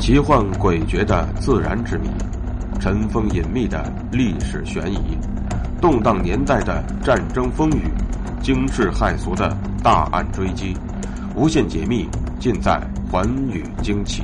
奇幻诡谲的自然之谜，尘封隐秘的历史悬疑，动荡年代的战争风雨，惊世骇俗的大案追击，无限解密尽在寰宇惊奇。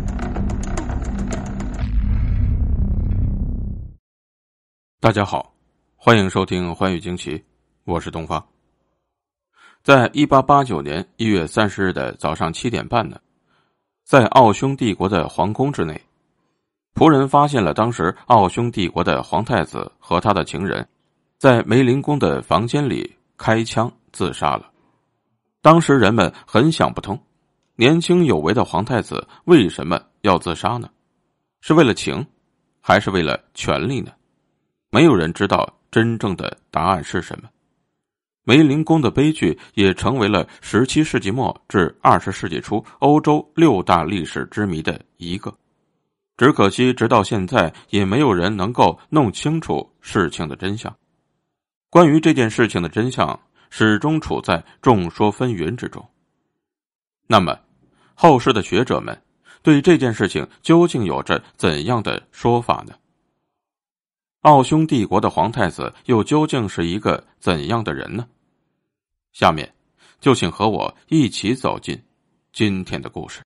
大家好，欢迎收听寰宇惊奇，我是东方。在1889年1月30日的早上7点半呢，在奥匈帝国的皇宫之内，仆人发现了当时奥匈帝国的皇太子和他的情人在梅林宫的房间里开枪自杀了。当时人们很想不通，年轻有为的皇太子为什么要自杀呢？是为了情，还是为了权力呢？没有人知道真正的答案是什么。梅林宫的悲剧也成为了17世纪末至20世纪初欧洲6大历史之谜的一个。只可惜直到现在也没有人能够弄清楚事情的真相。关于这件事情的真相始终处在众说纷纭之中。那么后世的学者们对这件事情究竟有着怎样的说法呢？奥匈帝国的皇太子又究竟是一个怎样的人呢？下面就请和我一起走进今天的故事。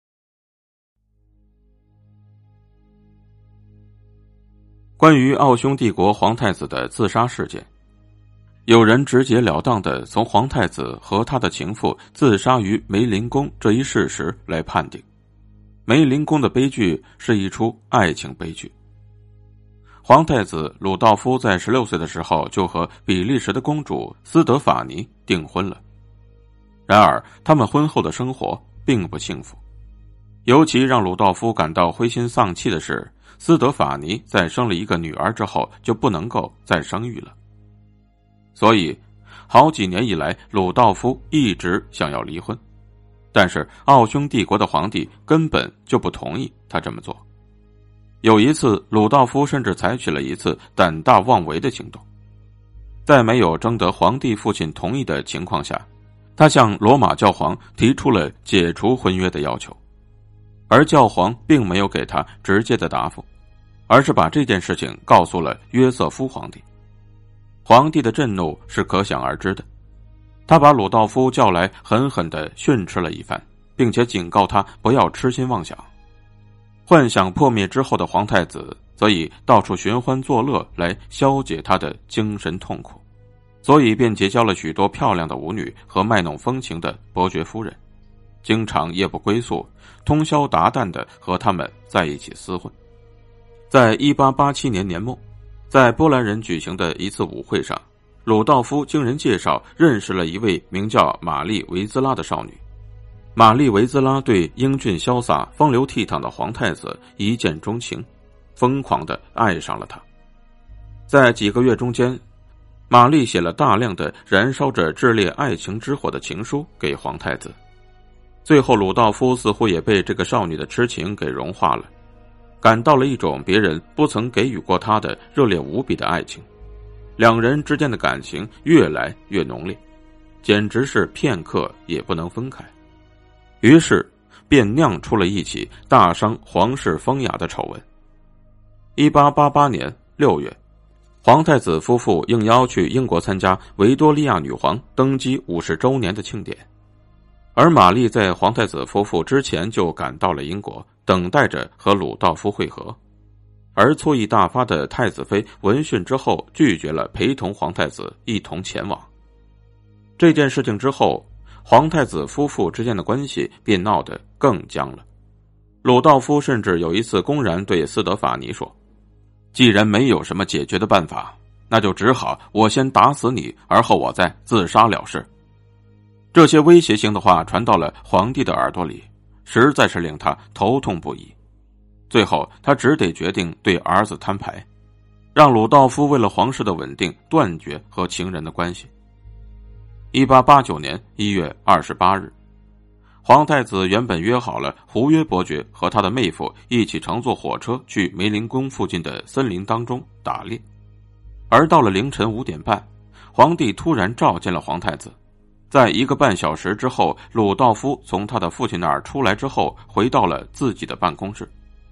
关于奥匈帝国皇太子的自杀事件，有人直截了当地从皇太子和他的情妇自杀于梅林宫这一事实来判定，梅林宫的悲剧是一出爱情悲剧。皇太子鲁道夫在16岁的时候就和比利时的公主斯德法尼订婚了。然而他们婚后的生活并不幸福，尤其让鲁道夫感到灰心丧气的是，斯德法尼在生了一个女儿之后就不能够再生育了。所以好几年以来鲁道夫一直想要离婚，但是奥匈帝国的皇帝根本就不同意他这么做。有一次鲁道夫甚至采取了一次胆大妄为的行动，在没有征得皇帝父亲同意的情况下，他向罗马教皇提出了解除婚约的要求，而教皇并没有给他直接的答复，而是把这件事情告诉了约瑟夫皇帝。皇帝的震怒是可想而知的，他把鲁道夫叫来狠狠地训斥了一番，并且警告他不要痴心妄想。幻想破灭之后的皇太子则以到处寻欢作乐来消解他的精神痛苦，所以便结交了许多漂亮的舞女和卖弄风情的伯爵夫人，经常夜不归宿，通宵达旦地和他们在一起厮混。在1887年年末，在波兰人举行的一次舞会上，鲁道夫经人介绍认识了一位名叫玛丽维兹拉的少女。玛丽维兹拉对英俊潇洒风流倜傥的皇太子一见钟情，疯狂地爱上了他。在几个月中间，玛丽写了大量的燃烧着炽烈爱情之火的情书给皇太子。最后鲁道夫似乎也被这个少女的痴情给融化了，感到了一种别人不曾给予过他的热烈无比的爱情。两人之间的感情越来越浓烈，简直是片刻也不能分开。于是便酿出了一起大伤皇室风雅的丑闻。1888年6月，皇太子夫妇应邀去英国参加维多利亚女皇登基50周年的庆典，而玛丽在皇太子夫妇之前就赶到了英国，等待着和鲁道夫会合。而醋意大发的太子妃闻讯之后拒绝了陪同皇太子一同前往。这件事情之后，皇太子夫妇之间的关系便闹得更僵了。鲁道夫甚至有一次公然对斯德法尼说，既然没有什么解决的办法，那就只好我先打死你，而后我再自杀了事。这些威胁性的话传到了皇帝的耳朵里，实在是令他头痛不已。最后他只得决定对儿子摊牌，让鲁道夫为了皇室的稳定断绝和情人的关系。1889年1月28日，皇太子原本约好了胡约伯爵和他的妹夫一起乘坐火车去梅林宫附近的森林当中打猎，而到了凌晨5点半，皇帝突然召见了皇太子。在1个半小时之后，鲁道夫从他的父亲那儿出来之后，回到了自己的办公室，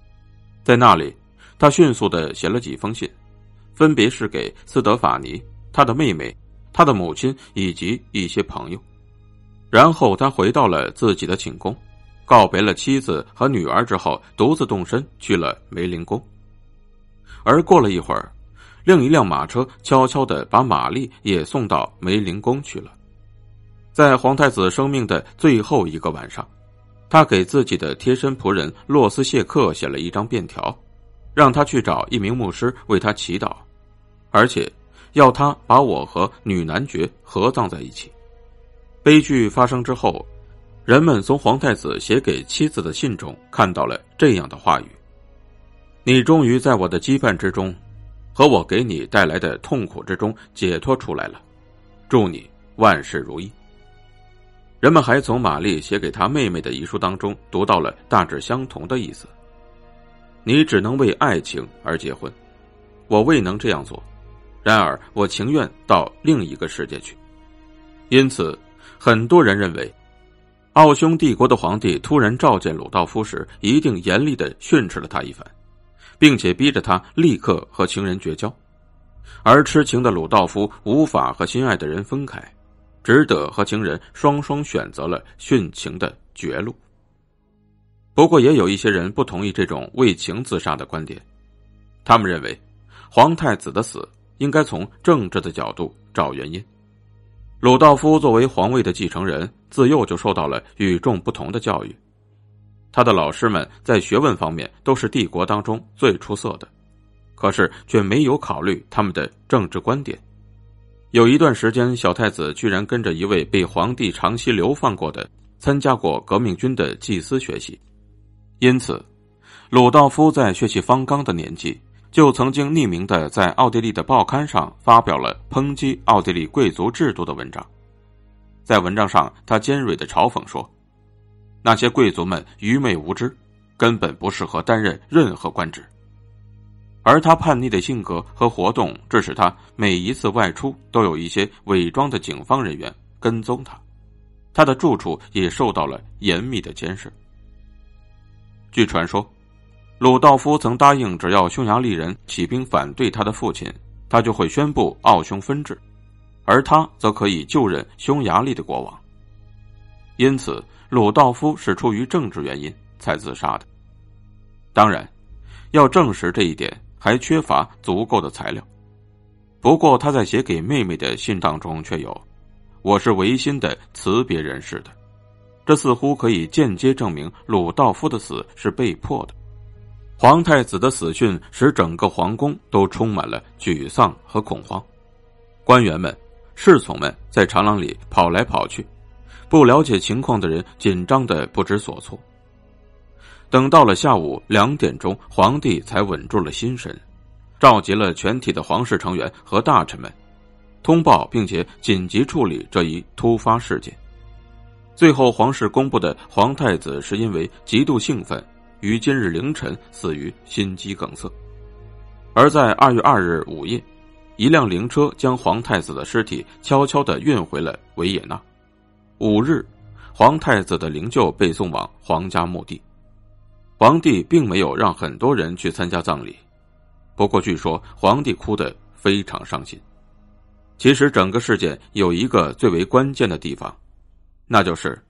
在那里，他迅速地写了几封信，分别是给斯德法尼、他的妹妹、他的母亲以及一些朋友。然后他回到了自己的寝宫，告别了妻子和女儿之后，独自动身去了梅林宫。而过了一会儿，另一辆马车悄悄地把玛丽也送到梅林宫去了。在皇太子生命的最后一个晚上，他给自己的贴身仆人洛斯谢克写了一张便条，让他去找一名牧师为他祈祷，而且要他把我和女男爵合葬在一起。悲剧发生之后，人们从皇太子写给妻子的信中看到了这样的话语：你终于在我的羁绊之中和我给你带来的痛苦之中解脱出来了，祝你万事如意。人们还从玛丽写给她妹妹的遗书当中读到了大致相同的意思：你只能为爱情而结婚，我未能这样做，然而我情愿到另一个世界去。因此很多人认为，奥匈帝国的皇帝突然召见鲁道夫时，一定严厉地训斥了他一番，并且逼着他立刻和情人绝交。而痴情的鲁道夫无法和心爱的人分开，只得和情人双双选择了殉情的绝路。不过也有一些人不同意这种为情自杀的观点，他们认为皇太子的死应该从政治的角度找原因。鲁道夫作为皇位的继承人，自幼就受到了与众不同的教育，他的老师们在学问方面都是帝国当中最出色的，可是却没有考虑他们的政治观点。有一段时间，小太子居然跟着一位被皇帝长期流放过的参加过革命军的祭司学习，因此鲁道夫在血气方刚的年纪就曾经匿名地在奥地利的报刊上发表了抨击奥地利贵族制度的文章。在文章上，他尖锐地嘲讽说，那些贵族们愚昧无知，根本不适合担任任何官职。而他叛逆的性格和活动，致使他每一次外出都有一些伪装的警方人员跟踪他，他的住处也受到了严密的监视。据传说，鲁道夫曾答应，只要匈牙利人起兵反对他的父亲，他就会宣布奥匈分治，而他则可以就任匈牙利的国王。因此鲁道夫是出于政治原因才自杀的。当然，要证实这一点还缺乏足够的材料。不过他在写给妹妹的信当中却有我是违心的辞别人世的，这似乎可以间接证明鲁道夫的死是被迫的。皇太子的死讯使整个皇宫都充满了沮丧和恐慌，官员们、侍从们在长廊里跑来跑去，不了解情况的人紧张得不知所措。等到了下午2点钟，皇帝才稳住了心神，召集了全体的皇室成员和大臣们，通报并且紧急处理这一突发事件。最后皇室公布的皇太子是因为极度兴奋，于今日凌晨死于心肌梗塞。而在2月2日午夜，一辆灵车将皇太子的尸体悄悄地运回了维也纳。5日，皇太子的灵柩被送往皇家墓地。皇帝并没有让很多人去参加葬礼，不过据说皇帝哭得非常伤心。其实整个事件有一个最为关键的地方，那就是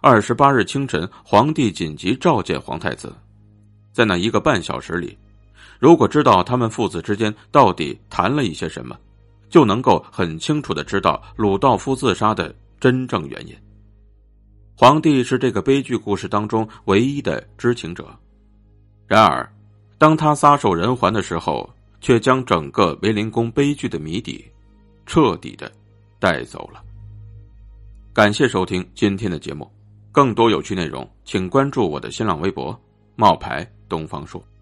28日清晨，皇帝紧急召见皇太子。在那1个半小时里，如果知道他们父子之间到底谈了一些什么，就能够很清楚地知道鲁道夫自杀的真正原因。皇帝是这个悲剧故事当中唯一的知情者，然而当他撒手人寰的时候，却将整个梅林宫悲剧的谜底彻底的带走了。感谢收听今天的节目，更多有趣内容请关注我的新浪微博冒牌东方朔。